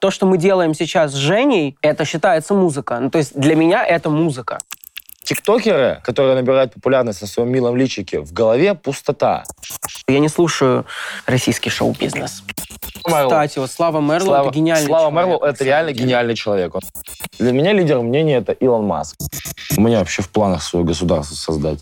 То, что мы делаем сейчас с Женей, это считается музыка. Ну, то есть для меня это музыка. Тиктокеры, которые набирают популярность на своем милом личике, в голове пустота. Я не слушаю российский шоу-бизнес. Кстати, вот Слава Мерлоу — это гениальный Слава человек. Мерлоу — это реально гениальный человек. Для меня лидер мнения — это Илон Маск. У меня вообще в планах свое государство создать.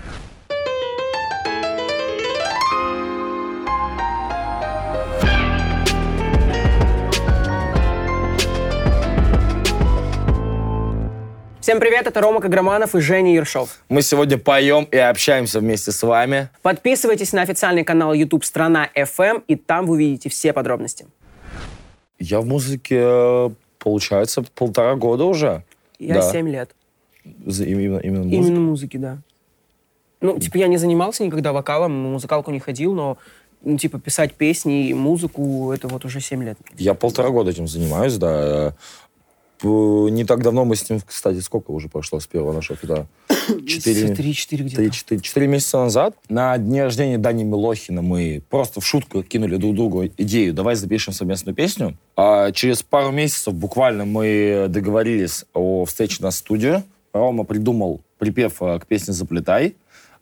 Всем привет, это Рома Каграманов и Женя Ершов. Мы сегодня поем и общаемся вместе с вами. Подписывайтесь на официальный канал YouTube «Страна FM», и там вы увидите все подробности. Я в музыке, получается, 1,5 года уже. Я 7 лет. Именно музыка? Именно музыки, да. Ну, типа, я не занимался никогда вокалом, в музыкалку не ходил, но, ну, типа, писать песни и музыку, это вот уже 7 лет. Я 1,5 года этим занимаюсь, да. Не так давно мы с ним, кстати, сколько уже прошло с первого нашего фита? 3-4 где-то. 4 месяца назад на дне рождения Дани Милохина мы просто в шутку кинули друг другу идею: давай запишем совместную песню. А через пару месяцев буквально мы договорились о встрече на студию. Рома придумал припев к песне «Заплетай».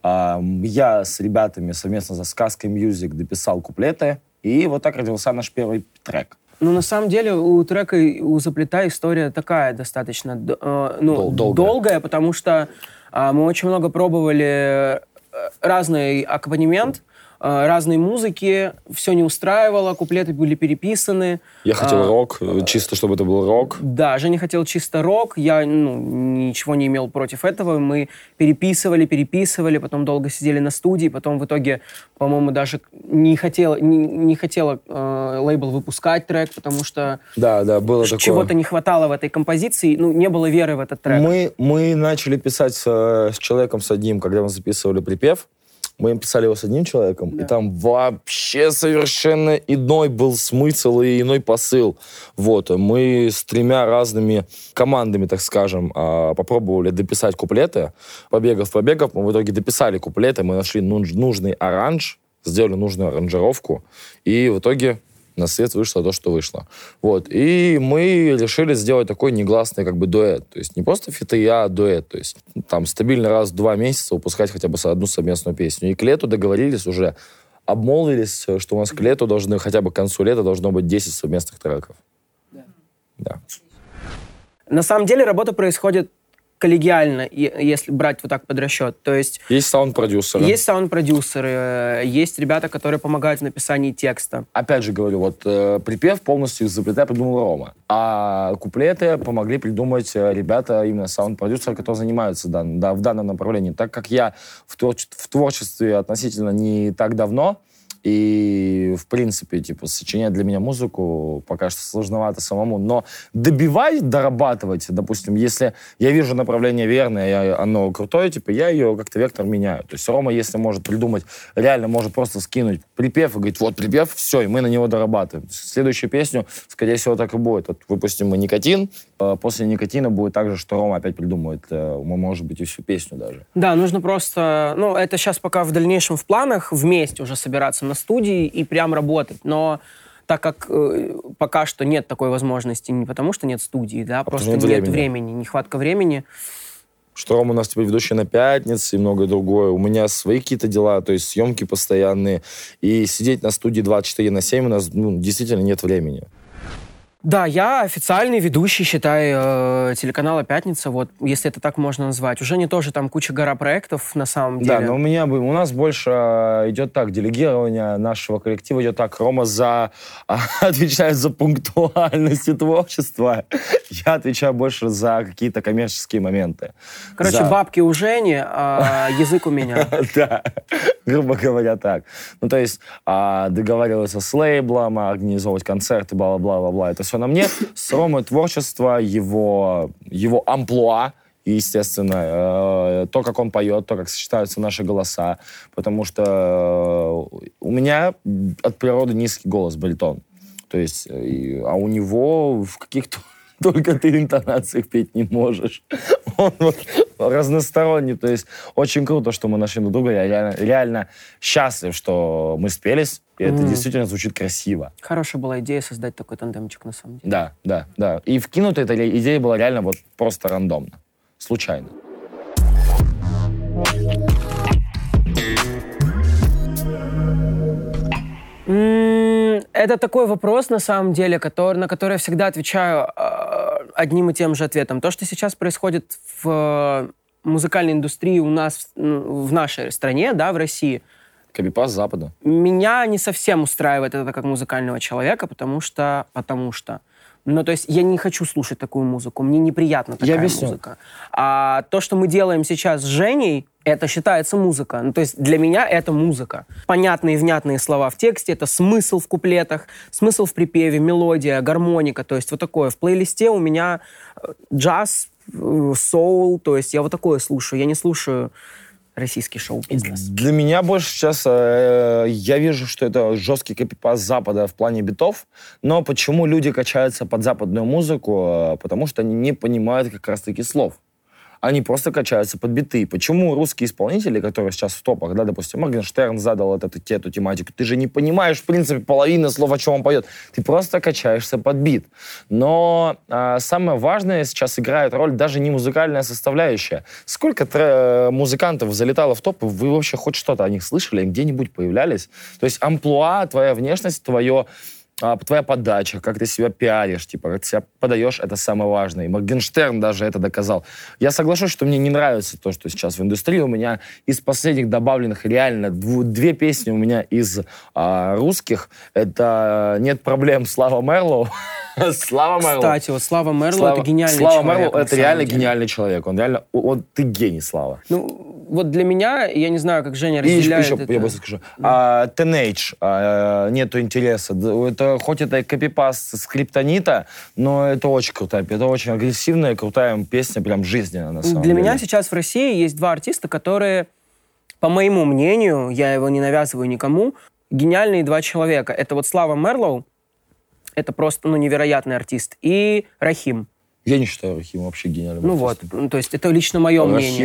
Я с ребятами совместно со Сказкой Music дописал куплеты. И вот так родился наш первый трек. Ну, на самом деле, у трека «У Заплетай» история такая достаточно долгая, потому что мы очень много пробовали разный аккомпанемент, разной музыки, все не устраивало, куплеты были переписаны. Я хотел рок, чисто чтобы это был рок. Да, Женя хотел чисто рок, я ничего не имел против этого. Мы переписывали, потом долго сидели на студии, потом в итоге, по-моему, даже не хотела лейбл выпускать трек, потому что было чего-то такое. Не хватало в этой композиции, не было веры в этот трек. Мы начали писать с человеком, с одним, когда мы записывали припев. Мы писали его с одним человеком, и там вообще совершенно иной был смысл и иной посыл. Вот. Мы с 3 разными командами, так скажем, попробовали дописать куплеты. Побегов, мы в итоге дописали куплеты, мы нашли нужный аранж, сделали нужную аранжировку, и в итоге на свет вышло то, что вышло. Вот. И мы решили сделать такой негласный как бы дуэт. То есть не просто фиты, а дуэт. То есть там стабильно раз в 2 месяца выпускать хотя бы одну совместную песню. И к лету договорились уже, обмолвились, что у нас к лету должны, хотя бы к концу лета должно быть 10 совместных треков. Да. На самом деле работа происходит коллегиально, если брать вот так под расчет. То есть саунд-продюсеры. Есть саунд-продюсеры, есть ребята, которые помогают в написании текста. Опять же говорю, вот припев полностью «Заплетай» придумал Рома. А куплеты помогли придумать ребята, именно саунд-продюсеры, которые занимаются в данном направлении. Так как я в творчестве относительно не так давно, и, в принципе, сочинять для меня музыку пока что сложновато самому. Но дорабатывать, допустим, если я вижу направление верное, оно крутое, я ее как-то вектор меняю. То есть Рома, если может придумать, реально может просто скинуть припев и говорить: вот припев, все, и мы на него дорабатываем. Следующую песню, скорее всего, так и будет. Вот выпустим мы «Никотин», после «Никотина» будет так же, что Рома опять придумает, может быть, и всю песню даже. Да, нужно просто... это сейчас пока в дальнейшем в планах вместе уже собираться на студии и прям работать. Но так как пока что нет такой возможности, не потому что нет студии, да, просто нет времени, нехватка времени. Что Рома у нас теперь ведущий на пятнице и многое другое. У меня свои какие-то дела, то есть съемки постоянные. И сидеть на студии 24/7 у нас действительно нет времени. Да, я официальный ведущий, считай, телеканала «Пятница», вот, если это так можно назвать. Уже не тоже там гора проектов на самом деле. Да, но у нас больше идет так, делегирование нашего коллектива идет так. Рома отвечает за пунктуальность и творчество. Я отвечаю больше за какие-то коммерческие моменты. Короче, бабки у Жени, а язык у меня. Да, грубо говоря, так. То есть договариваться с лейблом, организовывать концерты, бла-бла-бла-бла. Это все на мне. С Ромой творчество, его амплуа, и, естественно, то, как он поет, то, как сочетаются наши голоса. Потому что у меня от природы низкий голос, баритон. То есть, а у него в каких-то только ты в интонациях петь не можешь. Он вот разносторонний, то есть очень круто, что мы нашли друг друга. Я реально счастлив, что мы спелись, и это действительно звучит красиво. Хорошая была идея создать такой тандемчик, на самом деле. Да. И вкинута эта идея была реально вот просто рандомно, случайно. Это такой вопрос, на самом деле, на который я всегда отвечаю одним и тем же ответом. То, что сейчас происходит в музыкальной индустрии у нас, в нашей стране, да, в России, Копипаст Запада. меня не совсем устраивает это как музыкального человека, потому что... Ну, то есть я не хочу слушать такую музыку, мне неприятна такая музыка. А то, что мы делаем сейчас с Женей, это считается музыка. Ну, то есть для меня это музыка. Понятные, внятные слова в тексте, это смысл в куплетах, смысл в припеве, мелодия, гармоника, то есть вот такое. В плейлисте у меня джаз, соул, то есть я вот такое слушаю, я не слушаю российский шоу-бизнес. Для меня больше сейчас я вижу, что это жесткий копипаст Запада в плане битов, но почему люди качаются под западную музыку? Потому что они не понимают как раз-таки слов. Они просто качаются под биты. Почему русские исполнители, которые сейчас в топах, да, допустим, Моргенштерн задал эту тематику, ты же не понимаешь, в принципе, половины слов, о чем он поет. Ты просто качаешься под бит. Но самое важное сейчас играет роль даже не музыкальная составляющая. Сколько музыкантов залетало в топ, вы вообще хоть что-то о них слышали, где-нибудь появлялись? То есть амплуа, твоя внешность, твоя подача, как ты себя пиаришь, типа, как ты себя подаешь, это самое важное. И Моргенштерн даже это доказал. Я соглашусь, что мне не нравится то, что сейчас в индустрии. У меня из последних добавленных реально две песни у меня из русских. Это «Нет проблем» Слава Мерлоу. Слава Мерлоу. Кстати, вот Слава Мерлоу — это гениальный человек. Слава Мерлоу — это реально гениальный человек. Он реально... ты гений, Слава. Ну, вот для меня, я не знаю, как Женя разделяет еще, это. Я быстро скажу. Teenage, «Нету интереса». Это, хоть это копипаст скриптонита, но это очень крутая, это очень агрессивная, крутая песня, прям жизненная, на самом деле. Для меня сейчас в России есть два артиста, которые, по моему мнению, я его не навязываю никому, гениальные два человека. Это вот Слава Мерлоу, это просто, невероятный артист, и Рахим. Я не считаю Рахима вообще гениальным артистом. То есть это лично мое мнение.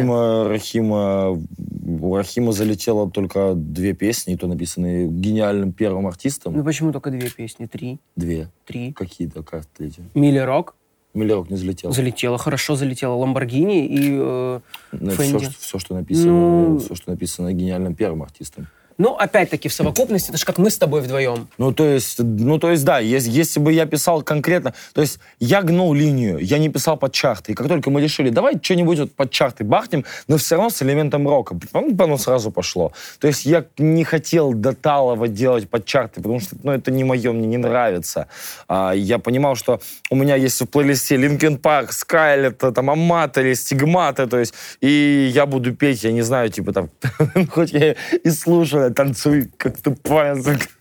У Рахима залетело только 2 песни, и то написанные гениальным первым артистом. Ну почему только 2 песни? 3? 2. 3. Какие-то, как третья? Милли Рок. Милли Рок не залетела. Залетела, хорошо залетела. Ламборгини и Фенди. Все, что написано гениальным первым артистом. Ну, опять-таки, в совокупности, это же как мы с тобой вдвоем. Ну, то есть, да, если бы я писал конкретно... То есть, я гнул линию, я не писал под чарты. И как только мы решили, давай что-нибудь вот под чарты бахнем, но все равно с элементом рока. Оно сразу пошло. То есть, я не хотел до талого делать под чарты, потому что, это не мое, мне не нравится. Я понимал, что у меня есть в плейлисте Linkin Park, Skylet, там, Аматори, Стигмата, то есть, и я буду петь, я не знаю, типа, там, хоть я и слушаю, танцуй, как тупая.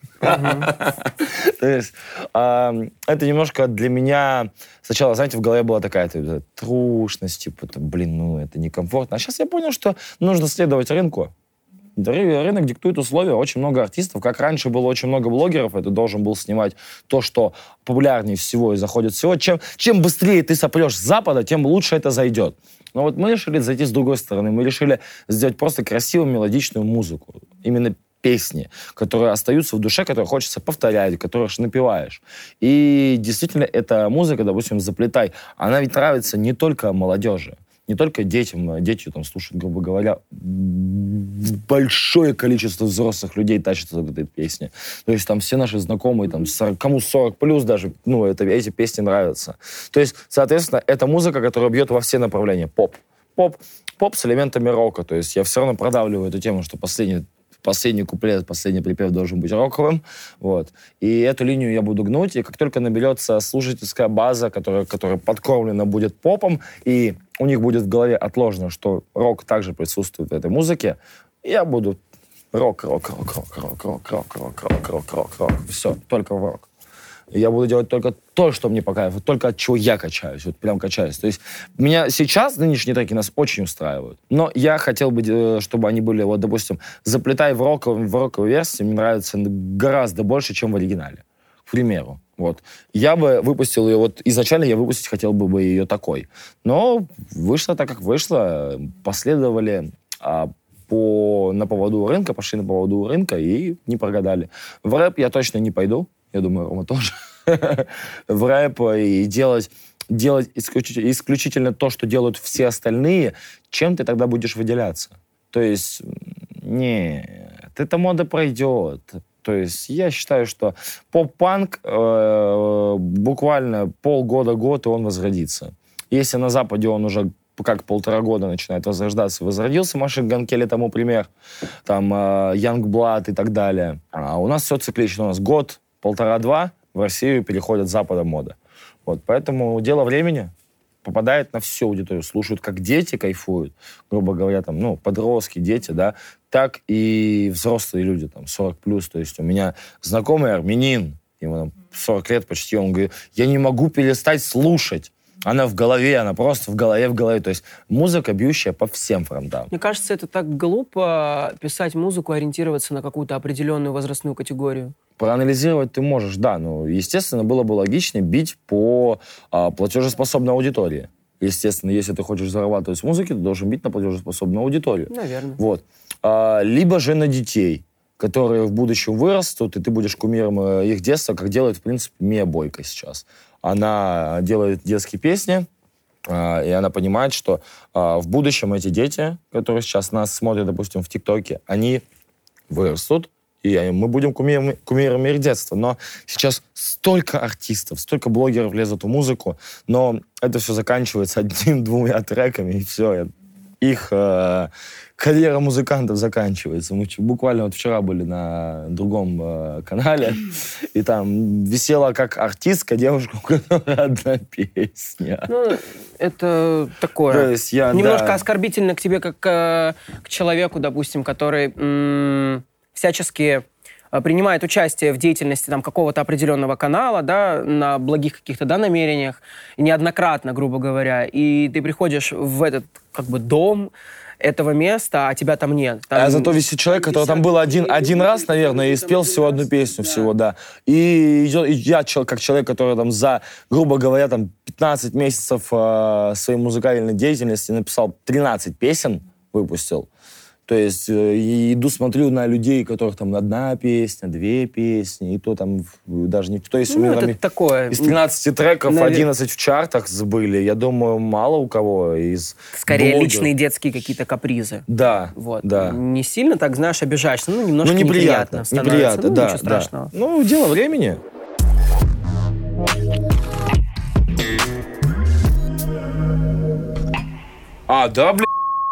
То есть это немножко для меня... Сначала, знаете, в голове была такая трушность, типа, это некомфортно. А сейчас я понял, что нужно следовать рынку. Рынок диктует условия. Очень много артистов. Как раньше было очень много блогеров, это должен был снимать то, что популярнее всего и заходит всего. Чем быстрее ты сопрешь с Запада, тем лучше это зайдет. Но вот мы решили зайти с другой стороны. Мы решили сделать просто красивую мелодичную музыку. Именно песни, которые остаются в душе, которые хочется повторять, которые напеваешь. И действительно, эта музыка, допустим, «Заплетай», она ведь нравится не только молодежи, не только детям. Дети там слушают, грубо говоря, большое количество взрослых людей тащатся от этой песни. То есть там все наши знакомые, там, кому 40+, даже, эти песни нравятся. То есть, соответственно, это музыка, которая бьет во все направления. Поп с элементами рока. То есть я все равно продавливаю эту тему, что последний куплет, последний припев должен быть роковым. Вот. И эту линию я буду гнуть, и как только наберется слушательская база, которая подкормлена будет попом, и у них будет в голове отложено, что рок также присутствует в этой музыке, я буду рок. Все, только рок. Я буду делать только то, что мне по кайфу, только от чего я качаюсь, вот прям качаюсь. То есть меня сейчас нынешние треки нас очень устраивают, но я хотел бы, чтобы они были, вот, допустим, «Заплетай» в роковой версии мне нравится гораздо больше, чем в оригинале. К примеру. Вот. Я бы выпустил ее, вот изначально я выпустить хотел бы ее такой. Но вышло так, как вышло. Последовали на поводу рынка, пошли на поводу рынка и не прогадали. В рэп я точно не пойду. Я думаю, Рома тоже. В рэп и делать исключительно то, что делают все остальные, чем ты тогда будешь выделяться? То есть, нет, эта мода пройдет. То есть я считаю, что поп-панк буквально полгода-год, и он возродится. Если на Западе он уже как 1,5 года начинает возрождаться, возродился Machine Gun Kelly тому пример, там Youngblood и так далее. А у нас все циклично. У нас год, 1,5-2 в Россию переходит с Запада мода. Вот, поэтому дело времени. Попадает на всю аудиторию. Слушают, как дети кайфуют, грубо говоря, там, ну, подростки, дети, да, так и взрослые люди, там, 40+. То есть у меня знакомый армянин, ему там 40 лет почти, он говорит, я не могу перестать слушать. Она в голове, она просто в голове. То есть музыка, бьющая по всем фронтам. Мне кажется, это так глупо писать музыку, ориентироваться на какую-то определенную возрастную категорию. Проанализировать ты можешь, да, но, естественно, было бы логичнее бить по платежеспособной аудитории. Естественно, если ты хочешь зарабатывать с музыки, ты должен бить на платежеспособную аудиторию. Наверное. Вот. Либо же на детей, которые в будущем вырастут, и ты будешь кумиром их детства, как делает, в принципе, Мия Бойко сейчас. Она делает детские песни, и она понимает, что в будущем эти дети, которые сейчас нас смотрят, допустим, в ТикТоке, они вырастут, и мы будем кумирами их детства. Но сейчас столько артистов, столько блогеров лезут в музыку, но это все заканчивается 1-2 треками, и все. Их карьера музыкантов заканчивается. Мы буквально вот вчера были на другом канале, и там висела как артистка девушка, у которой одна песня. Ну, это такое. То есть немножко оскорбительно к тебе, как к человеку, допустим, который всячески принимает участие в деятельности там, какого-то определенного канала, да, на благих каких-то, да, намерениях, неоднократно, грубо говоря, и ты приходишь в этот, как бы, дом этого места, а тебя там нет. Там... А зато висит человек, который там был один раз, наверное, и спел всего одну песню, всего, да. И я, как человек, который там за, грубо говоря, там 15 месяцев своей музыкальной деятельности написал 13 песен, выпустил. То есть иду, смотрю на людей, у которых там 1 песня, 2 песни, и то там даже не... То есть у меня там такое. Из 13 треков 11 в чартах были. Я думаю, мало у кого из скорее блогеров. Личные детские какие-то капризы. Да, вот. Да. Не сильно так, знаешь, обижаешься. Ну, немножко неприятно становится. Неприятно, да. Ничего страшного. Да. Ну, дело времени. Да, блядь.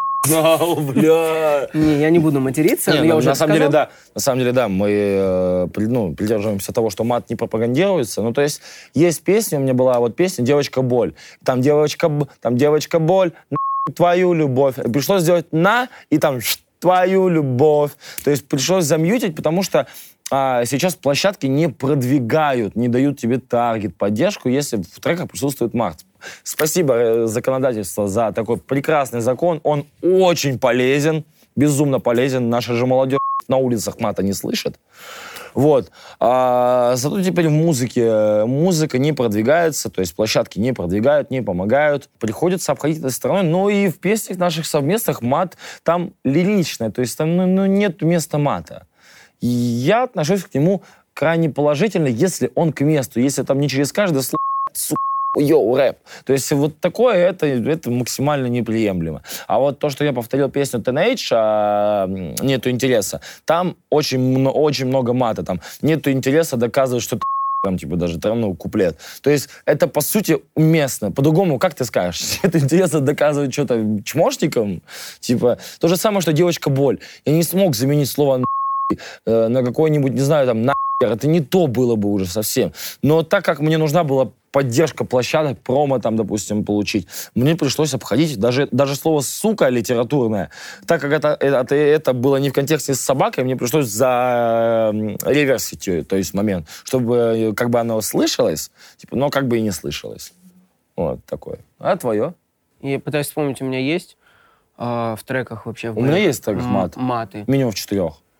Бля. Не, я не буду материться, но я уже на самом деле, да, мы придерживаемся того, что мат не пропагандируется. Ну, то есть песня, у меня была вот песня «Девочка боль». Там девочка боль, твою любовь. Пришлось сделать и там твою любовь. То есть пришлось замьютить, потому что сейчас площадки не продвигают, не дают тебе таргет, поддержку, если в треках присутствует мат. Спасибо законодательству за такой прекрасный закон. Он очень полезен, безумно полезен. Наша же молодежь на улицах мата не слышит. Вот. Зато теперь в музыке музыка не продвигается, то есть площадки не продвигают, не помогают. Приходится обходить этой стороной. Но и в песнях наших совместных мат там лиричное, то есть там нет места мата. И я отношусь к нему крайне положительно, если он к месту, если там не через каждое слово рэп. То есть вот такое, это максимально неприемлемо. А вот то, что я повторил песню Teenage, нету интереса, там очень много мата, там нету интереса доказывать, что ты там, типа, даже куплет. То есть это, по сути, уместно. По-другому, как ты скажешь? Это интересно доказывать что-то чмошникам? Типа, то же самое, что девочка боль. Я не смог заменить слово на какой-нибудь, не знаю, там, это не то было бы уже совсем. Но так как мне нужна была поддержка площадок, промо там, допустим, получить, мне пришлось обходить даже слово «сука» литературное. Так как это было не в контексте с собакой, мне пришлось реверсить, то есть момент, чтобы как бы оно слышалось, типа, но как бы и не слышалось. Вот такое. А твое? Я пытаюсь вспомнить, у меня есть в треках вообще... У меня есть в треках маты. Минимум в 4.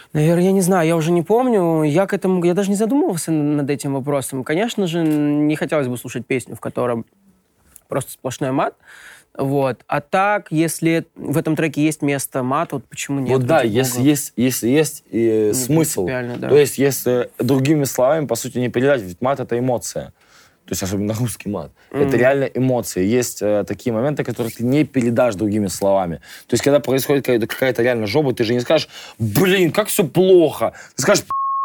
Наверное, я не знаю, я уже не помню. Я даже не задумывался над этим вопросом. Конечно же, не хотелось бы слушать песню, в котором просто сплошной мат. Вот. А так, если в этом треке есть место мату, вот почему нет? Вот да, если есть смысл. Да. То есть, если другими словами, по сути, не передать, ведь мат — это эмоция. То есть, особенно русский мат. Это реально эмоции. Есть такие моменты, которые ты не передашь другими словами. То есть, когда происходит какая-то реально жоба, ты же не скажешь, блин, как все плохо. Ты скажешь,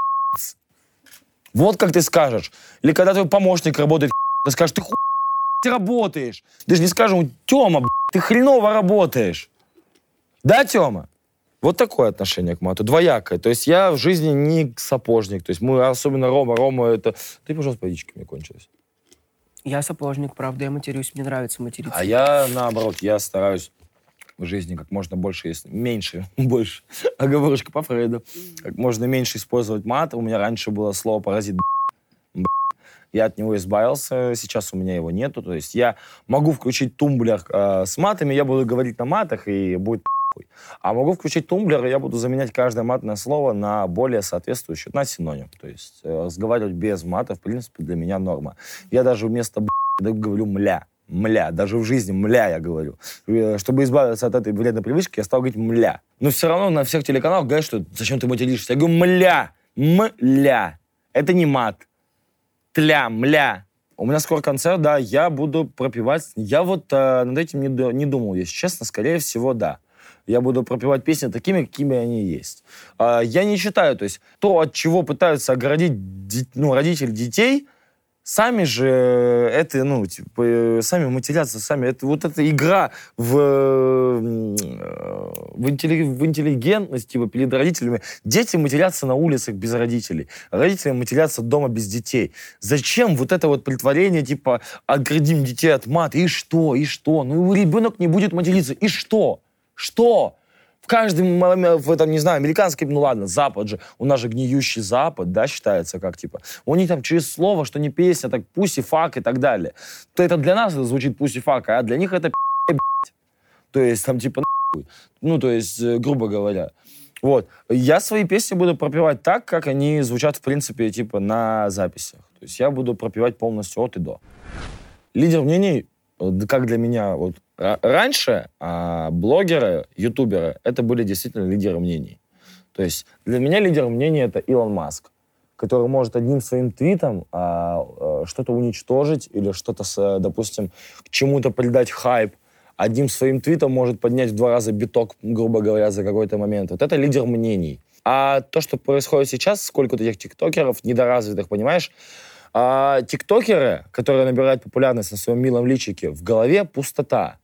вот как ты скажешь. Или когда твой помощник работает, ты скажешь, ты ты работаешь. Ты же не скажешь, Тёма, ты хреново работаешь. Да, Тёма? Вот такое отношение к мату, двоякое. То есть я в жизни не сапожник. То есть мы, особенно Рома это... Ты, пожалуйста, водички мне кончилась. Я сапожник, правда, я матерюсь, мне нравится материться. А я, наоборот, я стараюсь в жизни как можно больше, больше, оговорочка по Фрейду, как можно меньше использовать мат. У меня раньше было слово «паразит». Я от него избавился, сейчас у меня его нету. То есть я могу включить тумблер с матами, я буду говорить на матах, и будет похуй. А могу включить тумблер, и я буду заменять каждое матное слово на более соответствующее, на синоним. То есть разговаривать без мата, в принципе, для меня норма. Я даже вместо говорю «мля». Мля. Даже в жизни мля я говорю. Чтобы избавиться от этой вредной привычки, я стал говорить мля. Но все равно на всех телеканалах говорят, что зачем ты материшься? Я говорю мля. Мля. Это не мат. Тля, мля. У меня скоро концерт, да, я буду пропевать. Я вот над этим не думал, если честно. Скорее всего, да. Я буду пропевать песни такими, какими они есть. Я не считаю, то есть то, от чего пытаются оградить родители детей, сами же это, сами матерятся, сами. Это вот эта игра в интеллигентность, перед родителями. Дети матерятся на улицах без родителей. Родители матерятся дома без детей. Зачем вот это вот притворение, отградим детей от мата? И что? Ну, ребенок не будет материться. И что? Что? В каждом, в этом, не знаю, американский, Запад же, у нас же гниющий Запад, да, считается как, у них там через слово, что не песня, так пусть и фак и так далее. То это для нас это звучит пусть и фак, а для них это то есть там нахуй. То есть, грубо говоря. Вот. Я свои песни буду пропевать так, как они звучат, в принципе, на записях. То есть я буду пропевать полностью от и до. Лидер мнений, как для меня, вот, раньше блогеры, ютуберы, это были действительно лидеры мнений. То есть для меня лидер мнений — это Илон Маск, который может одним своим твитом что-то уничтожить или что-то, допустим, к чему-то придать хайп. Одним своим твитом может поднять в 2 раза биток, грубо говоря, за какой-то момент. Вот это лидер мнений. А то, что происходит сейчас, сколько этих тиктокеров недоразвитых, понимаешь? Тиктокеры, которые набирают популярность на своем милом личике, в голове пустота.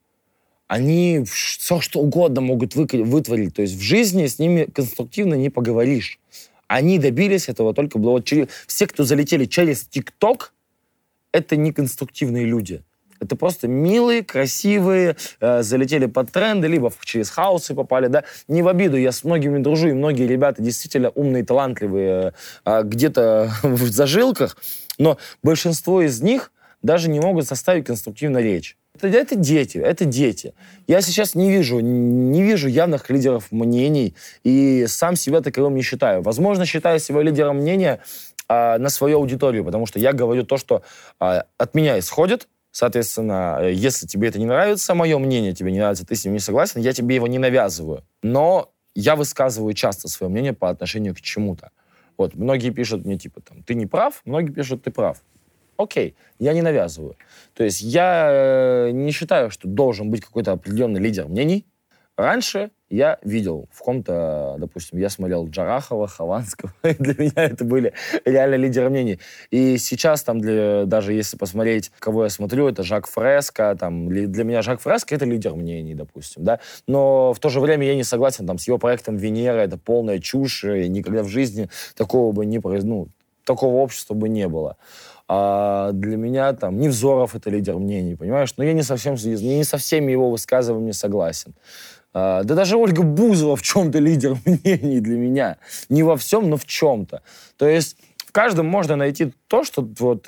Они все что угодно могут вытворить. То есть в жизни с ними конструктивно не поговоришь. Они добились этого только все, кто залетели через ТикТок, это не конструктивные люди. Это просто милые, красивые, залетели под тренды, либо через хаосы попали, да. Не в обиду, я с многими дружу, и многие ребята действительно умные, талантливые, где-то в зажилках, но большинство из них даже не могут составить конструктивную речь. Это дети. Я сейчас не вижу явных лидеров мнений, и сам себя таковым не считаю. Возможно, считаю себя лидером мнения на свою аудиторию, потому что я говорю то, что от меня исходит. Соответственно, если тебе это не нравится, мое мнение тебе не нравится, ты с ним не согласен, я тебе его не навязываю. Но я высказываю часто свое мнение по отношению к чему-то. Вот, многие пишут мне, ты не прав, многие пишут, ты прав. Окей, я не навязываю. То есть я не считаю, что должен быть какой-то определенный лидер мнений. Раньше я видел в ком-то, допустим, я смотрел Джарахова, Хованского, и для меня это были реально лидеры мнений. И сейчас даже если посмотреть, кого я смотрю, это Жак Фреско, для меня Жак Фреско — это лидер мнений, допустим, да. Но в то же время я не согласен с его проектом «Венера», это полная чушь, и никогда в жизни такого общества бы не было. А для меня Невзоров — это лидер мнений, понимаешь? Но я не со всеми его высказываниями согласен. Да даже Ольга Бузова в чем-то лидер мнений для меня. Не во всем, но в чем-то. То есть в каждом можно найти то, что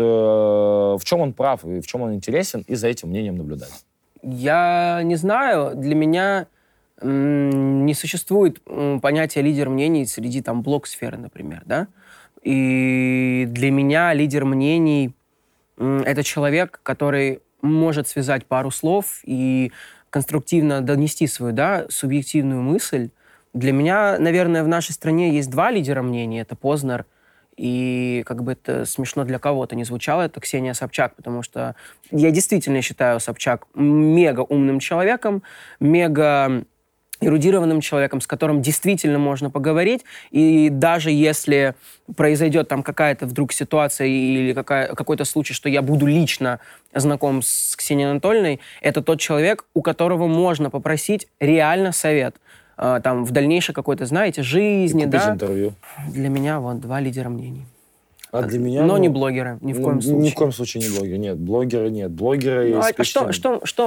в чем он прав и в чем он интересен, и за этим мнением наблюдать. Я не знаю. Для меня не существует понятия лидер мнений среди там блог-сферы, например, да? И для меня лидер мнений — это человек, который может связать пару слов и конструктивно донести свою, да, субъективную мысль. Для меня, наверное, в нашей стране есть два лидера мнений. Это Познер и, как бы это смешно для кого-то не звучало, это Ксения Собчак, потому что я действительно считаю Собчак мега умным человеком, мега эрудированным человеком, с которым действительно можно поговорить, и даже если произойдет там какая-то вдруг ситуация или какой-то случай, что я буду лично знаком с Ксенией Анатольевной, это тот человек, у которого можно попросить реально совет. Там в дальнейшей какой-то, знаете, жизни, да? Интервью. Для меня вот два лидера мнений. А для меня... Но не блогеры, ни в коем случае. Ни в коем случае не блогеры. Нет, блогеры нет. Блогеры... Что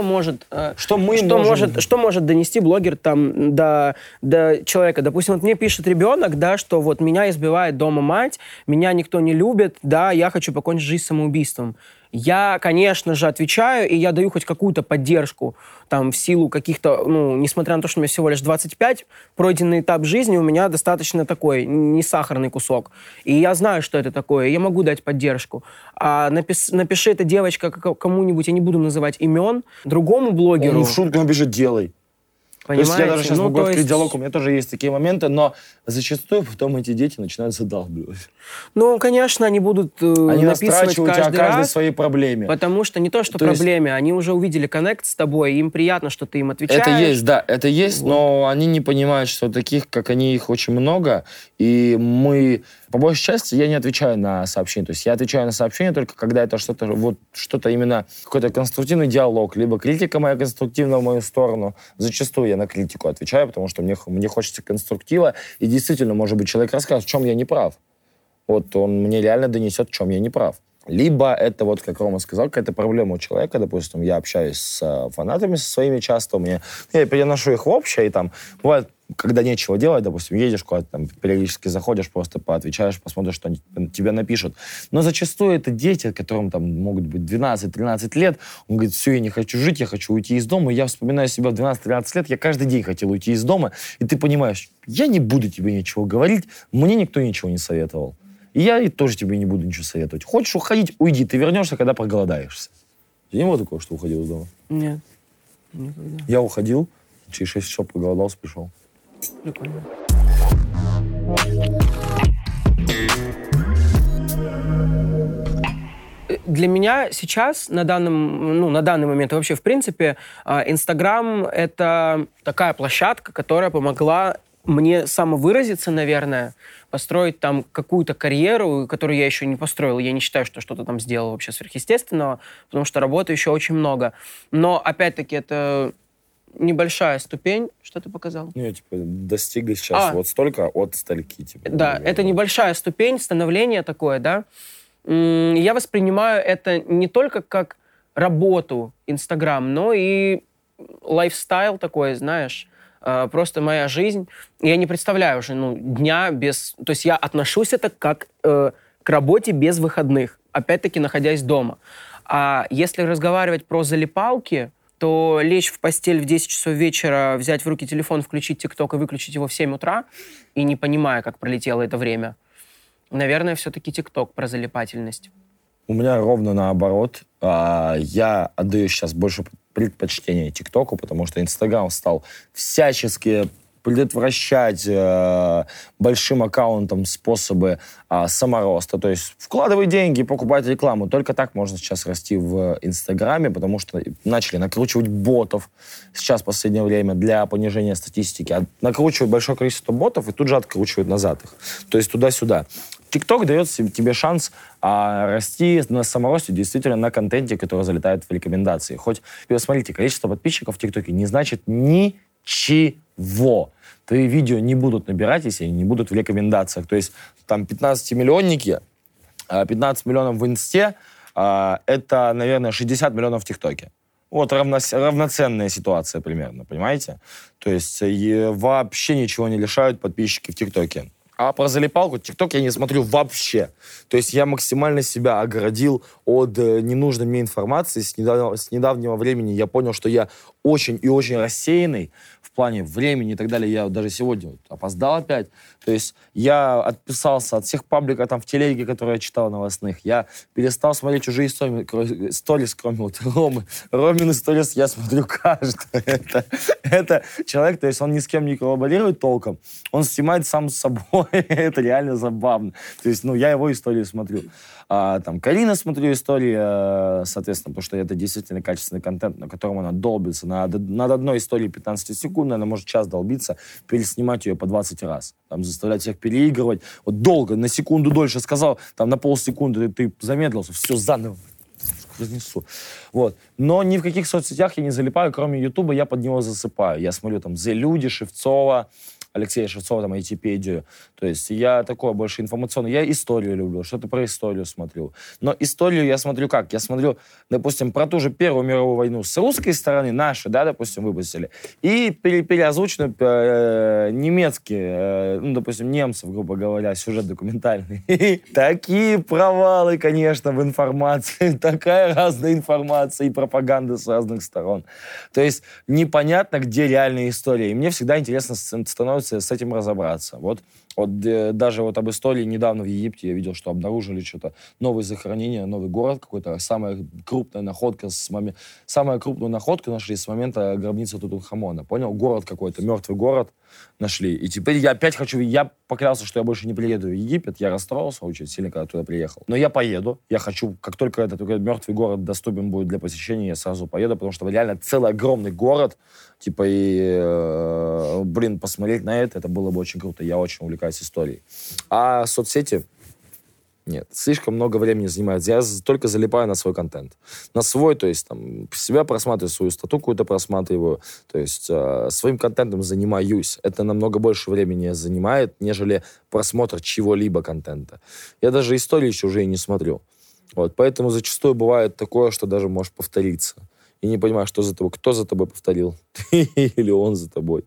может донести блогер там до человека? Допустим, вот мне пишет ребенок, да, что вот меня избивает дома мать, меня никто не любит, да, я хочу покончить жизнь самоубийством. Я, конечно же, отвечаю, и я даю хоть какую-то поддержку, там, в силу каких-то, несмотря на то, что мне всего лишь 25, пройденный этап жизни у меня достаточно такой, не сахарный кусок. И я знаю, что это такое, я могу дать поддержку. А напиши эта девочка кому-нибудь, я не буду называть имен, другому блогеру... Он в шутку напишет «делай». Понимаете? То есть я даже сейчас могу открыть диалог, у меня тоже есть такие моменты, но зачастую потом эти дети начинают задалбливать. Конечно, они будут они написывать каждый раз своей проблеме. Потому что не то, что проблеме, они уже увидели коннект с тобой, им приятно, что ты им отвечаешь. Это есть, да, это есть, вот. Но они не понимают, что таких, как они, их очень много, и мы, по большей части, я не отвечаю на сообщения, то есть я отвечаю на сообщения только когда это что-то именно, какой-то конструктивный диалог, либо критика моя конструктивная в мою сторону. Зачастую я на критику отвечаю, потому что мне хочется конструктива, и действительно, может быть, человек расскажет, в чем я не прав. Вот он мне реально донесет, в чем я не прав. Либо это, вот как Рома сказал, какая-то проблема у человека, допустим, я общаюсь с фанатами со своими часто, я переношу их в общее, и там бывает, когда нечего делать, допустим, едешь куда-то, там, периодически заходишь, просто поотвечаешь, посмотришь, что они тебе напишут. Но зачастую это дети, которым там могут быть 12-13 лет, он говорит, все, я не хочу жить, я хочу уйти из дома. И я вспоминаю себя в 12-13 лет, я каждый день хотел уйти из дома, и ты понимаешь, я не буду тебе ничего говорить, мне никто ничего не советовал. И я тоже тебе не буду ничего советовать. Хочешь уходить, уйди, ты вернешься, когда проголодаешься. Не было такого, что уходил из дома? Нет, никогда. Я уходил, через 6 часов проголодался, пришел. Прикольно. Для меня сейчас, на данный момент, и вообще, в принципе, Инстаграм — это такая площадка, которая помогла мне самовыразиться, наверное, построить там какую-то карьеру, которую я еще не построил. Я не считаю, что что-то там сделал вообще сверхъестественного, потому что работы еще очень много. Но, опять-таки, это небольшая ступень. Что ты показал? Я, достиг сейчас вот столько от стольки. Да, это небольшая ступень, становление такое, да. Я воспринимаю это не только как работу Инстаграм, но и лайфстайл такой, знаешь, просто моя жизнь. Я не представляю уже дня без... То есть я отношусь это как к работе без выходных, опять-таки находясь дома. А если разговаривать про залипалки, то лечь в постель в 10 часов вечера, взять в руки телефон, включить ТикТок и выключить его в 7 утра, и не понимая, как пролетело это время, наверное, все-таки ТикТок про залипательность. У меня ровно наоборот. Я отдаю сейчас больше предпочтение ТикТоку, потому что Инстаграм стал всячески предотвращать большим аккаунтам способы самороста. То есть вкладывай деньги, покупать рекламу. Только так можно сейчас расти в Инстаграме, потому что начали накручивать ботов сейчас в последнее время для понижения статистики. Накручивают большое количество ботов и тут же откручивают назад их. То есть туда-сюда. ТикТок дает тебе шанс расти на саморосте действительно на контенте, который залетает в рекомендации. Хоть, смотрите, количество подписчиков в ТикТоке не значит ничего. Твои видео не будут набирать, если они не будут в рекомендациях. То есть там 15-миллионники, 15 миллионов в Инсте, это, наверное, 60 миллионов в ТикТоке. Вот равноценная ситуация примерно, понимаете? То есть вообще ничего не лишают подписчики в ТикТоке. А про залипалку ТикТок я не смотрю вообще. То есть я максимально себя оградил от ненужной мне информации. С недавнего времени я понял, что я очень и очень рассеянный в плане времени и так далее. Я даже сегодня опоздал опять. То есть я отписался от всех пабликов там в телеге, которые я читал новостных. Я перестал смотреть чужие сторис, кроме вот Ромины сторис я смотрю каждый. Это человек, то есть он ни с кем не коллаборирует толком. Он снимает сам с собой. Это реально забавно. То есть, я его истории смотрю. Там Карина смотрю истории, соответственно, потому что это действительно качественный контент, на котором она долбится. Над одной историей 15 секунд она может час долбиться, переснимать ее по 20 раз. Там заставлять всех переигрывать. Вот долго, на секунду дольше сказал, там на полсекунды ты замедлился, все заново разнесу. Вот. Но ни в каких соцсетях я не залипаю, кроме Ютуба, я под него засыпаю. Я смотрю там «The Люди», Шевцова, Алексея Шевцова, там, Айтипедию. То есть я такой больше информационный. Я историю люблю, что-то про историю смотрю. Но историю я смотрю как? Я смотрю, допустим, про ту же Первую мировую войну с русской стороны, нашу, да, допустим, выпустили, и переозвученную немецкие, допустим, немцев, грубо говоря, сюжет документальный. Такие провалы, конечно, в информации. Такая разная информация и пропаганда с разных сторон. То есть непонятно, где реальная история. И мне всегда интересно становится с этим разобраться. Вот даже вот об истории недавно в Египте я видел, что обнаружили что-то, новое захоронение, новый город какой-то, самая крупная находка, самую крупную находку нашли с момента гробницы Тутанхамона. Понял? Город какой-то, мертвый город нашли. И теперь я опять я поклялся, что я больше не приеду в Египет, я расстроился очень сильно, когда туда приехал. Но я поеду, я хочу, как только этот мертвый город доступен будет для посещения, я сразу поеду, потому что реально целый огромный город, посмотреть на это было бы очень круто. Я очень увлекаюсь историей. А соцсети? Нет. Слишком много времени занимает. Я только залипаю на свой контент. На свой, то есть, там, себя просматриваю, свою статью какую-то просматриваю. То есть, своим контентом занимаюсь. Это намного больше времени занимает, нежели просмотр чего-либо контента. Я даже истории еще уже и не смотрю. Вот. Поэтому зачастую бывает такое, что даже можешь повториться. И не понимаешь, что за тобой, кто за тобой повторил. Ты или он за тобой.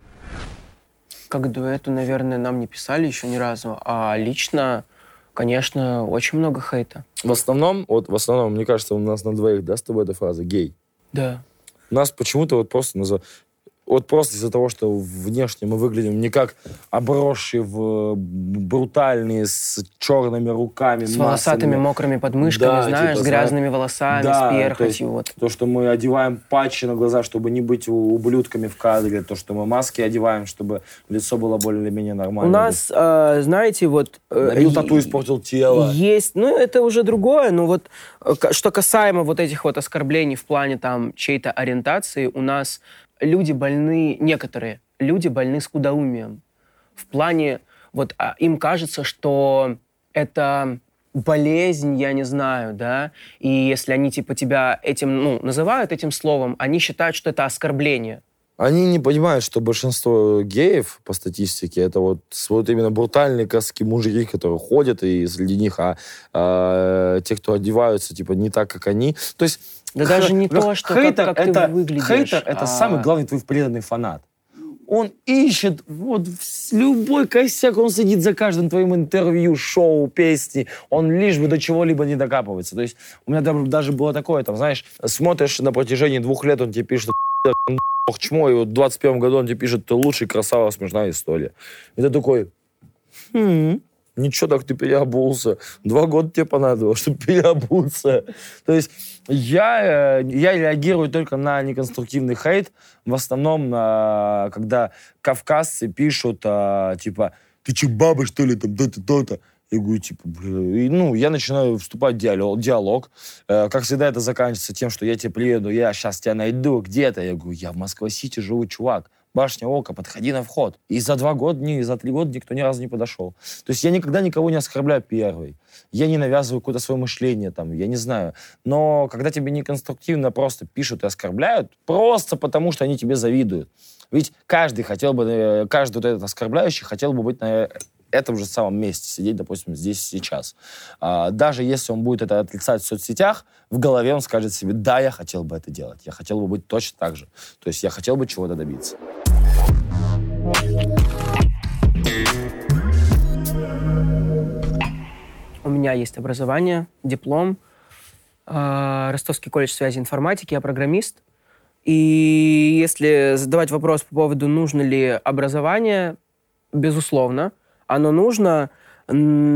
Как дуэту, наверное, нам не писали еще ни разу. А лично, конечно, очень много хейта. В основном, мне кажется, у нас на двоих, да, с тобой эта фраза «гей». Да. Нас почему-то просто называют... просто из-за того, что внешне мы выглядим не как обросшие в брутальные, с черными руками. С волосатыми мокрыми подмышками, да, знаешь, с грязными волосами, да, с перхотью. Вот. То, что мы одеваем патчи на глаза, чтобы не быть ублюдками в кадре, то, что мы маски одеваем, чтобы лицо было более-менее нормально. У нас, знаете, вот... Набил тату, испортил тело. Есть, это уже другое, но вот что касаемо вот этих вот оскорблений в плане там чьей-то ориентации, у нас... некоторые люди больны скудоумием. В плане, им кажется, что это болезнь, я не знаю, да, и если они тебя этим, называют этим словом, они считают, что это оскорбление. Они не понимают, что большинство геев, по статистике, это вот именно брутальные краски мужики, которые ходят, и среди них, те, кто одеваются, не так, как они. То есть даже не то, что хейтер, как ты выглядишь. Хейтер — это самый главный твой преданный фанат. Он ищет любой косяк, он сидит за каждым твоим интервью, шоу, песни, он лишь бы до чего-либо не докапывается. То есть у меня даже было такое, знаешь, смотришь на протяжении 2 лет, он тебе пишет чмо, и в 21 году он тебе пишет: ты лучший, красава, смешная история. И ты такой: ничего, так ты переобулся. 2 года тебе понадобилось, чтобы переобуться. То есть я реагирую только на неконструктивный хейт. В основном, когда кавказцы пишут, ты че, баба, что ли, там, то-то, то-то. Я говорю, я начинаю вступать в диалог. Как всегда, это заканчивается тем, что я тебе приеду, я сейчас тебя найду где-то. Я говорю, я в Москва-Сити живу, чувак. Башня Ока, подходи на вход. И за 2 года, за 3 года никто ни разу не подошел. То есть я никогда никого не оскорбляю первый. Я не навязываю какое-то свое мышление, я не знаю. Но когда тебе неконструктивно просто пишут и оскорбляют, просто потому, что они тебе завидуют. Ведь каждый этот оскорбляющий хотел бы быть на этом же самом месте, сидеть, допустим, здесь сейчас. Даже если он будет это отрицать в соцсетях, в голове он скажет себе: да, я хотел бы это делать, я хотел бы быть точно так же. То есть я хотел бы чего-то добиться. У меня есть образование, диплом, Ростовский колледж связи и информатики, я программист. И если задавать вопрос по поводу, нужно ли образование, безусловно, оно нужно. Но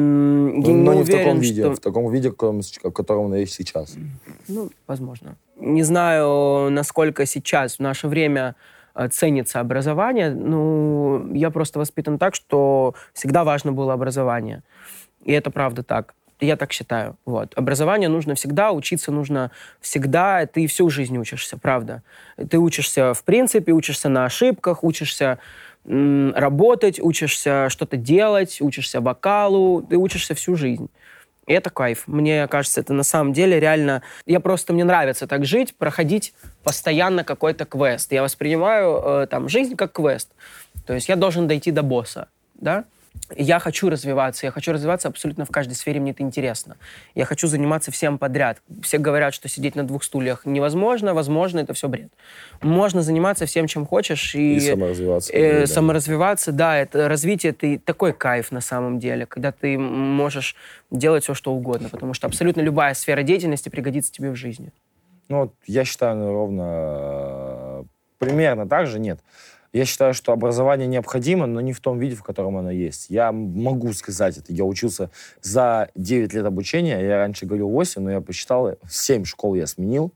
не в таком виде, в котором оно есть сейчас. Ну, возможно. Не знаю, насколько сейчас, в наше время, ценится образование. Ну, я просто воспитан так, что всегда важно было образование. И это правда так. Я так считаю. Вот. Образование нужно всегда, учиться нужно всегда. Ты всю жизнь учишься, правда. Ты учишься в принципе, учишься на ошибках, учишься работать, учишься что-то делать, учишься вокалу. Ты учишься всю жизнь. И это кайф. Мне кажется, это на самом деле реально... Мне нравится так жить, проходить постоянно какой-то квест. Я воспринимаю жизнь как квест. То есть я должен дойти до босса, да? Я хочу развиваться абсолютно в каждой сфере, мне это интересно. Я хочу заниматься всем подряд. Все говорят, что сидеть на 2 стульях невозможно, возможно, это все бред. Можно заниматься всем, чем хочешь. И саморазвиваться. Саморазвиваться, да, это развитие, это такой кайф на самом деле, когда ты можешь делать все, что угодно, потому что абсолютно любая сфера деятельности пригодится тебе в жизни. Ну, я считаю, ровно примерно так же, нет. Я считаю, что образование необходимо, но не в том виде, в котором оно есть. Я могу сказать это. Я учился за 9 лет обучения. Я раньше говорил 8, но я посчитал, 7 школ я сменил.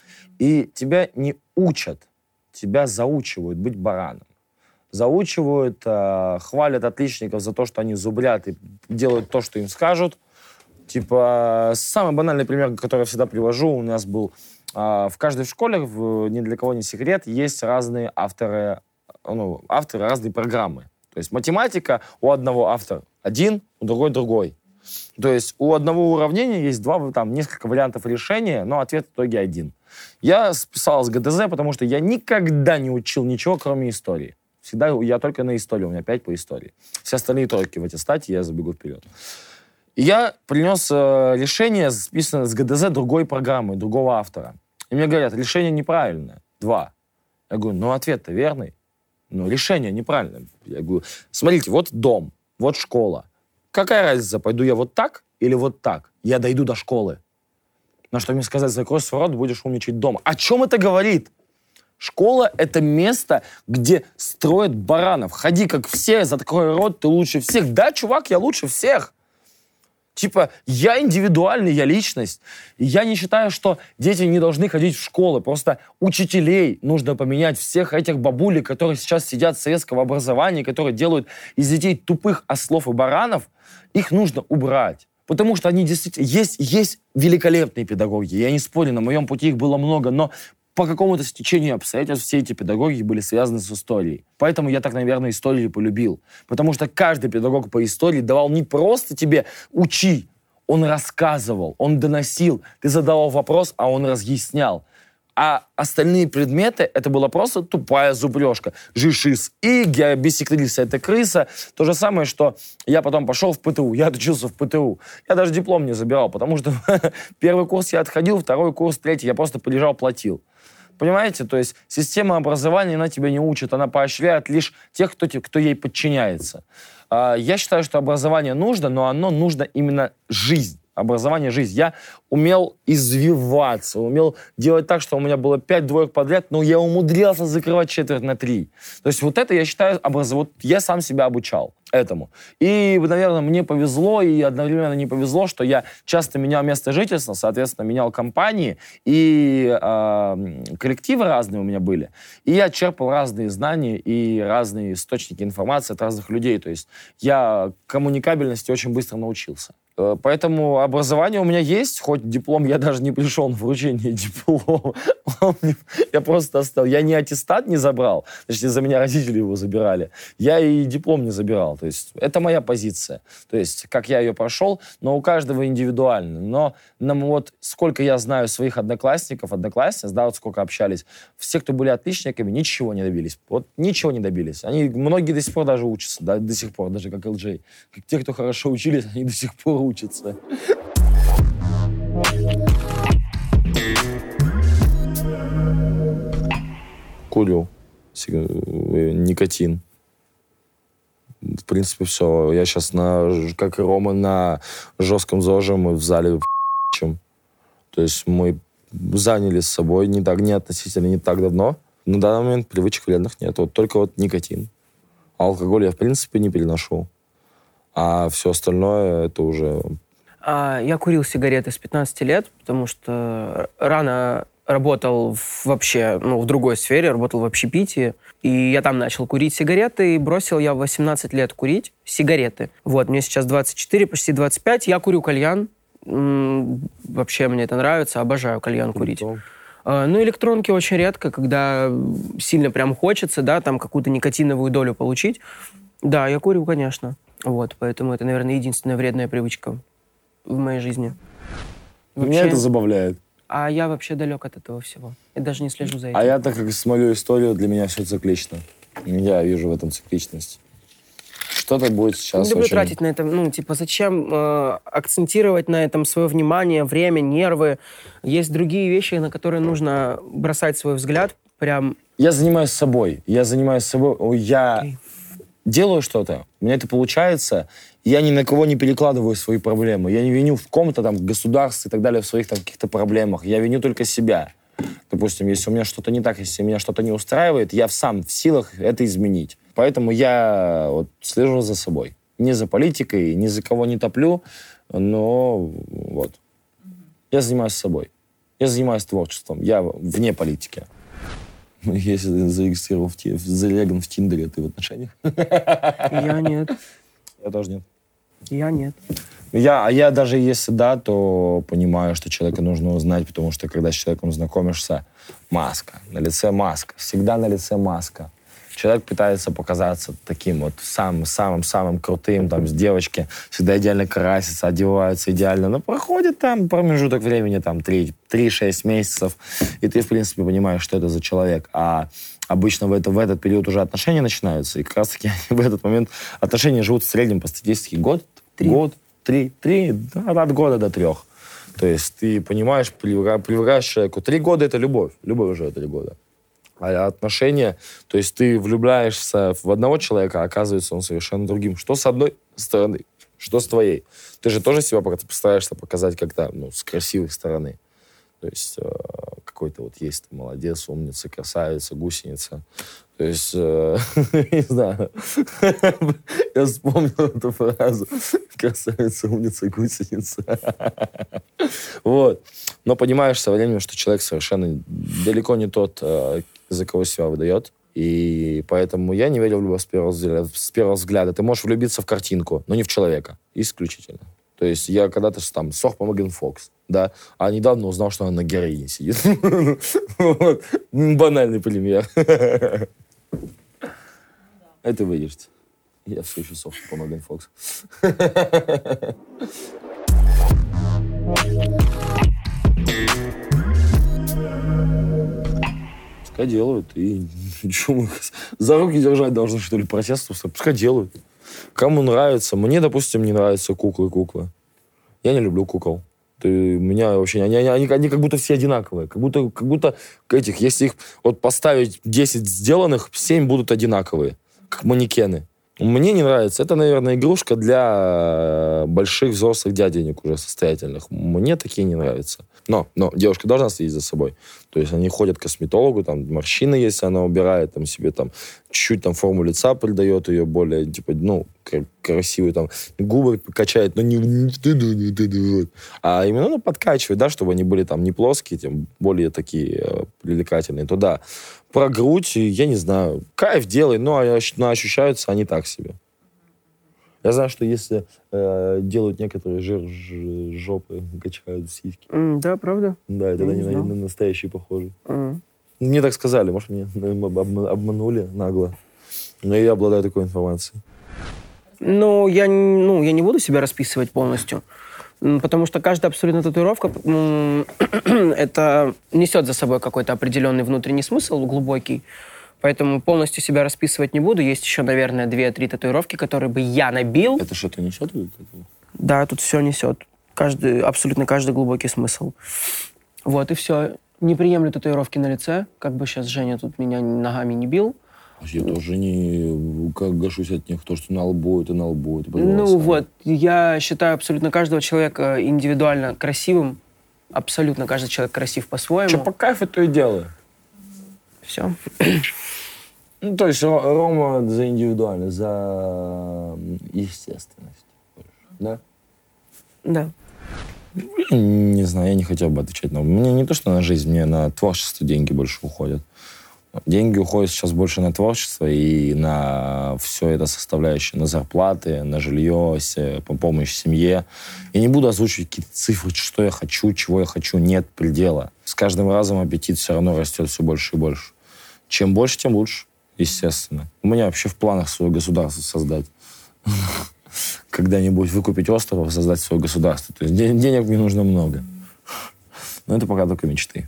И тебя не учат, тебя заучивают быть бараном. Заучивают, хвалят отличников за то, что они зубрят и делают то, что им скажут. Типа, самый банальный пример, который я всегда привожу, у нас был в каждой школе, ни для кого не секрет, есть разные авторы разные программы. То есть математика у одного автора один, у другой другой. То есть у одного уравнения есть несколько вариантов решения, но ответ в итоге один. Я списал с ГДЗ, потому что я никогда не учил ничего, кроме истории. Всегда я только на истории, у меня 5 по истории. Все остальные тройки в аттестате, я забегу вперед. И я принес решение, списанное с ГДЗ другой программы, другого автора. И мне говорят, решение неправильное. 2. Я говорю, ответ-то верный. Решение неправильное. Я говорю, смотрите, вот дом, вот школа. Какая разница, пойду я вот так или вот так? Я дойду до школы. На что мне сказать, закрой свой рот, будешь умничать дома. О чем это говорит? Школа — это место, где строят баранов. Ходи как все, закрой рот, ты лучше всех. Да, чувак, я лучше всех. Типа, я индивидуальный, я личность. И я не считаю, что дети не должны ходить в школы. Просто учителей нужно поменять. Всех этих бабулек, которые сейчас сидят в советском образовании, которые делают из детей тупых ослов и баранов, их нужно убрать. Потому что они действительно... Есть великолепные педагоги. Я не спорю, на моем пути их было много, но по какому-то стечению обстоятельств все эти педагоги были связаны с историей. Поэтому я так, наверное, историю полюбил. Потому что каждый педагог по истории давал не просто тебе «учи», он рассказывал, он доносил. Ты задавал вопрос, а он разъяснял. А остальные предметы, это была просто тупая зубрежка. ЖИШИС и бисектриса — это крыса. То же самое, что я потом пошел в ПТУ. Я отучился в ПТУ. Я даже диплом не забирал, потому что первый курс я отходил, второй курс, третий я просто полежал, платил. Понимаете? То есть система образования, она тебя не учит, она поощряет лишь тех, кто ей подчиняется. Я считаю, что образование нужно, но оно нужно именно жизнь. Образование — жизнь. Я умел извиваться, умел делать так, что у меня было 5 двоек подряд, но я умудрялся закрывать четверть на 3. То есть вот это, я считаю, я сам себя обучал этому. И, наверное, мне повезло и одновременно не повезло, что я часто менял место жительства, соответственно, менял компании, и коллективы разные у меня были. И я черпал разные знания и разные источники информации от разных людей. То есть я коммуникабельности очень быстро научился. Поэтому образование у меня есть, хоть диплом, я даже не пришел на вручение диплома. Я просто оставил. Я ни аттестат не забрал, точнее, за меня родители его забирали. Я и диплом не забирал. То есть это моя позиция. То есть как я ее прошел, но у каждого индивидуально. Но вот сколько я знаю своих одноклассников, одноклассниц, да, вот сколько общались, все, кто были отличниками, ничего не добились. Вот ничего не добились. Многие до сих пор даже учатся, да, до сих пор, даже как LJ. Как те, кто хорошо учились, они до сих пор учатся. Курю. Никотин. В принципе, все. Я сейчас, как и Рома, на жестком ЗОЖе, мы в зале чем. То есть мы занялись собой не относительно не так давно. На данный момент привычек вредных нет. Вот только вот никотин. Алкоголь я, в принципе, не переношу. А все остальное, это уже... Я курил сигареты с 15 лет, потому что рано работал вообще, в другой сфере, работал в общепитии. И я там начал курить сигареты, и бросил я в 18 лет курить сигареты. Вот, мне сейчас 24, почти 25. Я курю кальян. Вообще мне это нравится, обожаю кальян курить. Электронки очень редко, когда сильно прям хочется, да, там какую-то никотиновую долю получить. Да, я курю, конечно. Вот, поэтому это, наверное, единственная вредная привычка в моей жизни. Вообще, меня это забавляет. А я вообще далек от этого всего. Я даже не слежу за этим. А я, так как смотрю историю, для меня все циклично. Я вижу в этом цикличность. Что-то будет сейчас не люблю тратить на это, зачем акцентировать на этом свое внимание, время, нервы. Есть другие вещи, на которые нужно бросать свой взгляд. Прям... Я занимаюсь собой. Я делаю что-то, у меня это получается, я ни на кого не перекладываю свои проблемы. Я не виню в ком-то там, в государстве и так далее, в своих там каких-то проблемах. Я виню только себя. Допустим, если у меня что-то не так, если меня что-то не устраивает, я сам в силах это изменить. Поэтому я вот слежу за собой. Не за политикой, ни за кого не топлю, но вот. Я занимаюсь собой. Я занимаюсь творчеством. Я вне политики. Если ты зарегистрирован в Тиндере, ты в отношениях? Я нет. Я тоже нет. Я нет. Я даже если да, то понимаю, что человека нужно узнать, потому что когда с человеком знакомишься, маска, на лице маска, всегда на лице маска. Человек пытается показаться таким вот самым-самым крутым, там, с девочки, всегда идеально красится, одевается идеально, но проходит там промежуток времени, там, 3-6 месяцев, и ты, в принципе, понимаешь, что это за человек. А обычно в этот период уже отношения начинаются, и как раз-таки в этот момент отношения живут в среднем по статистике год, 3, от года до 3. То есть ты понимаешь, привыкаешь к человеку. 3 года — это любовь. Любовь уже 3 года. А отношения, то есть ты влюбляешься в одного человека, а оказывается он совершенно другим. Что с одной стороны, что с твоей. Ты же тоже себя постараешься показать как-то, с красивой стороны. То есть какой-то вот есть молодец, умница, красавица, гусеница. То есть, не знаю, я вспомнил эту фразу. Красавица, умница, гусеница. Вот. Но понимаешь со временем, что человек совершенно далеко не тот, за кого себя выдает. И поэтому я не верю в любовь с первого взгляда. Ты можешь влюбиться в картинку, но не в человека. Исключительно. То есть я когда-то там сох по Меган Фокс, да, а недавно узнал, что она на героине сидит. Банальный пример. Это выйдешь. Я все еще сох по Меган Фокс. Пускай делают. И что, за руки держать должны, что ли, протестов? Пускай делают. Кому нравится. Мне, допустим, не нравятся куклы. Я не люблю кукол. Меня вообще... Они как будто все одинаковые. Как будто если их вот поставить 10 сделанных, 7 будут одинаковые. Как манекены. Мне не нравится. Это, наверное, игрушка для больших взрослых дяденек уже состоятельных. Мне такие не нравятся. Но девушка должна следить за собой. То есть они ходят к косметологу, там морщины, если она убирает, там себе там чуть-чуть там форму лица придает ее более, красивую, там губы качает, но не а именно подкачивает, да, чтобы они были там не плоские, тем более такие привлекательные. То да, про грудь, я не знаю, кайф делай, но ощущаются они так себе. Я знаю, что если делают некоторые жопы, качают сиськи. Да, правда? Да, это они на настоящие похожи. Мне так сказали, может, меня обманули нагло. Но я обладаю такой информацией. Я не буду себя расписывать полностью, потому что каждая абсолютно татуировка это несет за собой какой-то определенный внутренний смысл, глубокий. Поэтому полностью себя расписывать не буду. Есть еще, наверное, 2-3 татуировки, которые бы я набил. Это что-то несет? Да, тут все несет. Абсолютно каждый глубокий смысл. Вот, и все. Не приемлю татуировки на лице. Как бы сейчас Женя тут меня ногами не бил. Я тоже не гашусь от них, то, что на лбу, это на лбу. Это, ну вот, я считаю абсолютно каждого человека индивидуально красивым. Абсолютно каждый человек красив по-своему. Что по кайфу, то и делаю. Все. Ну, то есть Рома за индивидуальность, за естественность. Да? Да. Не знаю, я не хотел бы отвечать. Но мне не то, что на жизнь, мне на творчество деньги больше уходят. Деньги уходят сейчас больше на творчество и на все это составляющее, на зарплаты, на жилье, по помощь семье. Я не буду озвучивать какие-то цифры, что я хочу, чего я хочу. Нет предела. С каждым разом аппетит все равно растет все больше и больше. Чем больше, тем лучше, естественно. У меня вообще в планах свое государство создать. Когда-нибудь выкупить остров, создать свое государство. То есть денег мне нужно много. Но это пока только мечты.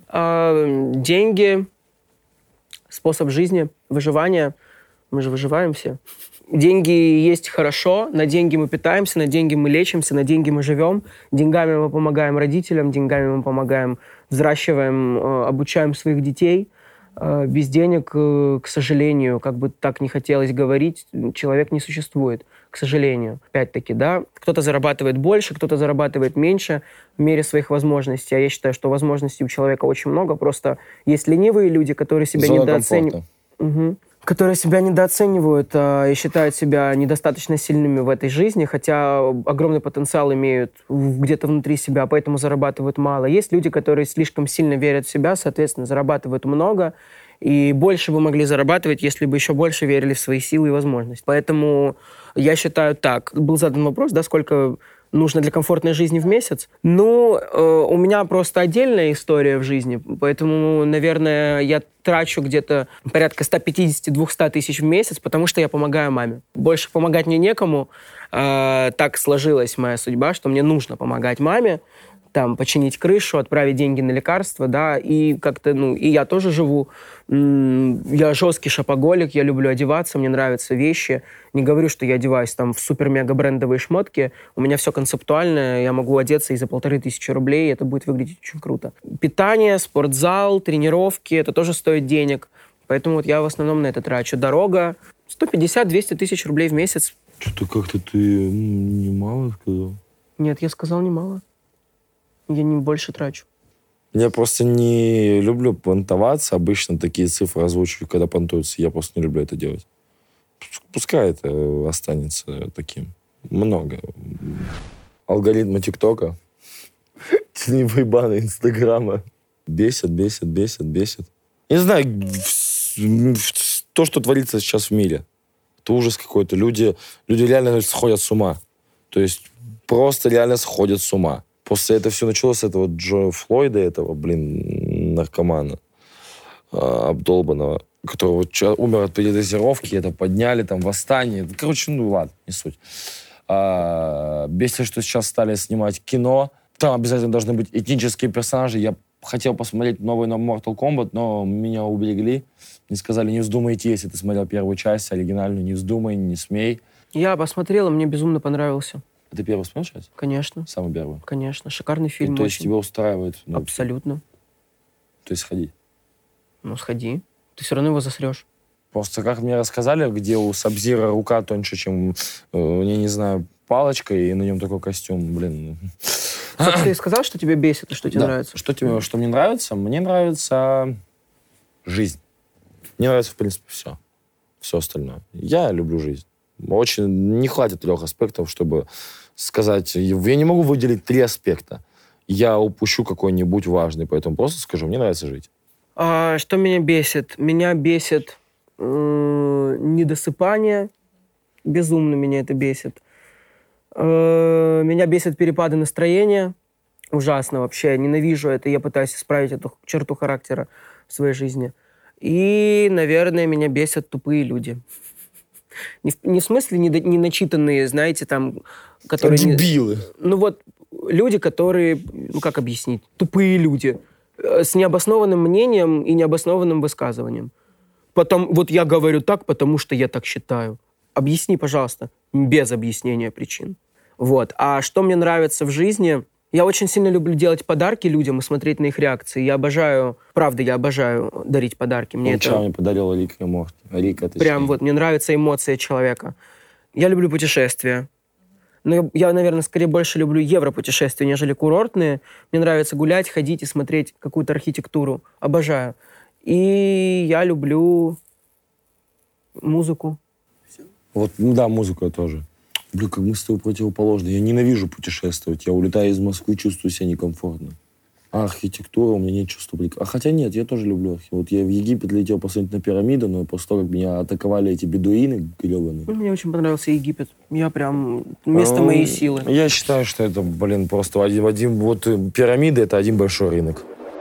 Деньги, способ жизни, выживания. Мы же выживаем все. Деньги есть хорошо, на деньги мы питаемся, на деньги мы лечимся, на деньги мы живем. Деньгами мы помогаем родителям, деньгами мы помогаем, взращиваем, обучаем своих детей. Без денег, к сожалению, как бы так не хотелось говорить, человек не существует, к сожалению. Опять-таки, да, кто-то зарабатывает больше, кто-то зарабатывает меньше в мере своих возможностей. А я считаю, что возможностей у человека очень много. Просто есть ленивые люди, которые себя недооценивают. Которые себя недооценивают и считают себя недостаточно сильными в этой жизни, хотя огромный потенциал имеют где-то внутри себя, поэтому зарабатывают мало. Есть люди, которые слишком сильно верят в себя, соответственно, зарабатывают много, и больше бы могли зарабатывать, если бы еще больше верили в свои силы и возможности. Поэтому я считаю так. Был задан вопрос, да, сколько нужно для комфортной жизни в месяц. Ну, у меня просто отдельная история в жизни, поэтому, наверное, я трачу где-то порядка 150-200 тысяч в месяц, потому что я помогаю маме. Больше помогать мне некому. Так сложилась моя судьба, что мне нужно помогать маме, там, починить крышу, отправить деньги на лекарства, да, и как-то, ну, и я тоже живу. Я жесткий шопоголик, я люблю одеваться, мне нравятся вещи. Не говорю, что я одеваюсь там в супер-мега-брендовые шмотки. У меня все концептуальное, я могу одеться и за 1500 рублей, это будет выглядеть очень круто. Питание, спортзал, тренировки, это тоже стоит денег. Поэтому вот я в основном на это трачу. Дорога, 150-200 тысяч рублей в месяц. Что-то как-то ты немало сказал. Нет, я сказал немало. Я не больше трачу. Я просто не люблю понтоваться. Обычно такие цифры озвучиваю, когда понтуются. Я просто не люблю это делать. Пускай это останется таким. Много. Алгоритмы ТикТока. Теневые баны Инстаграма. Бесит. Не знаю, то, что творится сейчас в мире. Это ужас какой-то. Люди реально сходят с ума. То есть просто реально сходят с ума. После этого все началось с этого Джо Флойда, этого, наркомана обдолбанного, которого умер от передозировки, это подняли, там, восстание. Короче, ну ладно, не суть. Бесит, что сейчас стали снимать кино. Там обязательно должны быть этнические персонажи. Я хотел посмотреть новый Mortal Kombat, но меня уберегли. Мне сказали, не вздумай идти, если ты смотрел первую часть, оригинальную, не вздумай, не смей. Я посмотрела, мне безумно понравился. Ты первый смотрел сейчас? Конечно. Самый первый? Конечно. Шикарный фильм. И, то есть тебя устраивает? Ну, абсолютно. То есть сходи? Ну, сходи. Ты все равно его засрешь. Просто как мне рассказали, где у Сабзира рука тоньше, чем, я не знаю, палочка, и на нем такой костюм, блин. Ты сказал, что тебе бесит, и что тебе нравится? Что мне нравится? Мне нравится жизнь. Мне нравится, в принципе, все. Все остальное. Я люблю жизнь. Очень не хватит 3 аспектов, чтобы сказать... Я не могу выделить 3 аспекта. Я упущу какой-нибудь важный, поэтому просто скажу, мне нравится жить. Что меня бесит? Меня бесит недосыпание. Безумно меня это бесит. Меня бесит перепады настроения. Ужасно вообще. Я ненавижу это. Я пытаюсь исправить эту черту характера в своей жизни. И, наверное, меня бесят тупые люди. Не в смысле не начитанные, знаете, там... которые дебилы. Ну вот, люди, которые... Ну, как объяснить? Тупые люди. С необоснованным мнением и необоснованным высказыванием. Вот я говорю так, потому что я так считаю. Объясни, пожалуйста. Без объяснения причин. Вот. А что мне нравится в жизни... Я очень сильно люблю делать подарки людям и смотреть на их реакции. Я обожаю дарить подарки. Вчера мне подарила Рика Морти. Прям вот, мне нравится эмоция человека. Я люблю путешествия. Но я, наверное, скорее больше люблю европутешествия, нежели курортные. Мне нравится гулять, ходить и смотреть какую-то архитектуру. Обожаю. И я люблю музыку. Вот, да, музыку я тоже. Блин, как мы с тобой противоположны. Я ненавижу путешествовать. Я улетаю из Москвы, чувствую себя некомфортно. А архитектура, у меня нет чувства. Хотя нет, я тоже люблю архитектуру. Вот я в Египет летел посмотреть на пирамиду, но после того, как меня атаковали эти бедуины гребаные. Мне очень понравился Египет. Я прям... Место моей силы. Я считаю, что это, просто один вот пирамиды — это один большой рынок.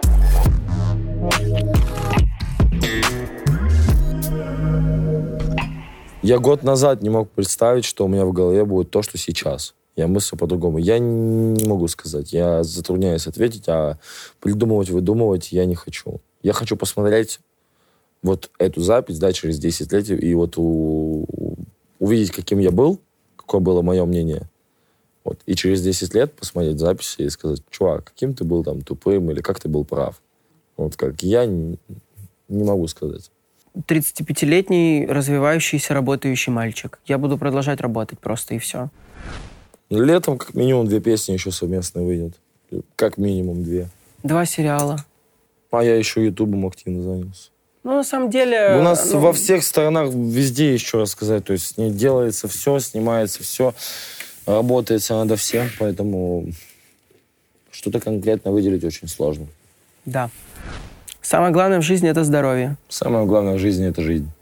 Я год назад не мог представить, что у меня в голове будет то, что сейчас. Я мыслю по-другому. Я не могу сказать. Я затрудняюсь ответить, а придумывать, выдумывать я не хочу. Я хочу посмотреть вот эту запись, да, через 10 лет, и вот увидеть, каким я был, какое было мое мнение. Вот. И через 10 лет посмотреть записи и сказать: чувак, каким ты был там тупым, или как ты был прав. Вот как я не могу сказать. 35-летний, развивающийся, работающий мальчик. Я буду продолжать работать просто, и все. Летом как минимум 2 песни еще совместно выйдет. Как минимум 2. 2 сериала. А я еще ютубом активно занялся. Ну, на самом деле... У нас во всех сторонах, везде, еще раз сказать, то есть не делается все, снимается все, работается надо всем, поэтому что-то конкретно выделить очень сложно. Да. Самое главное в жизни — это здоровье. Самое главное в жизни — это жизнь.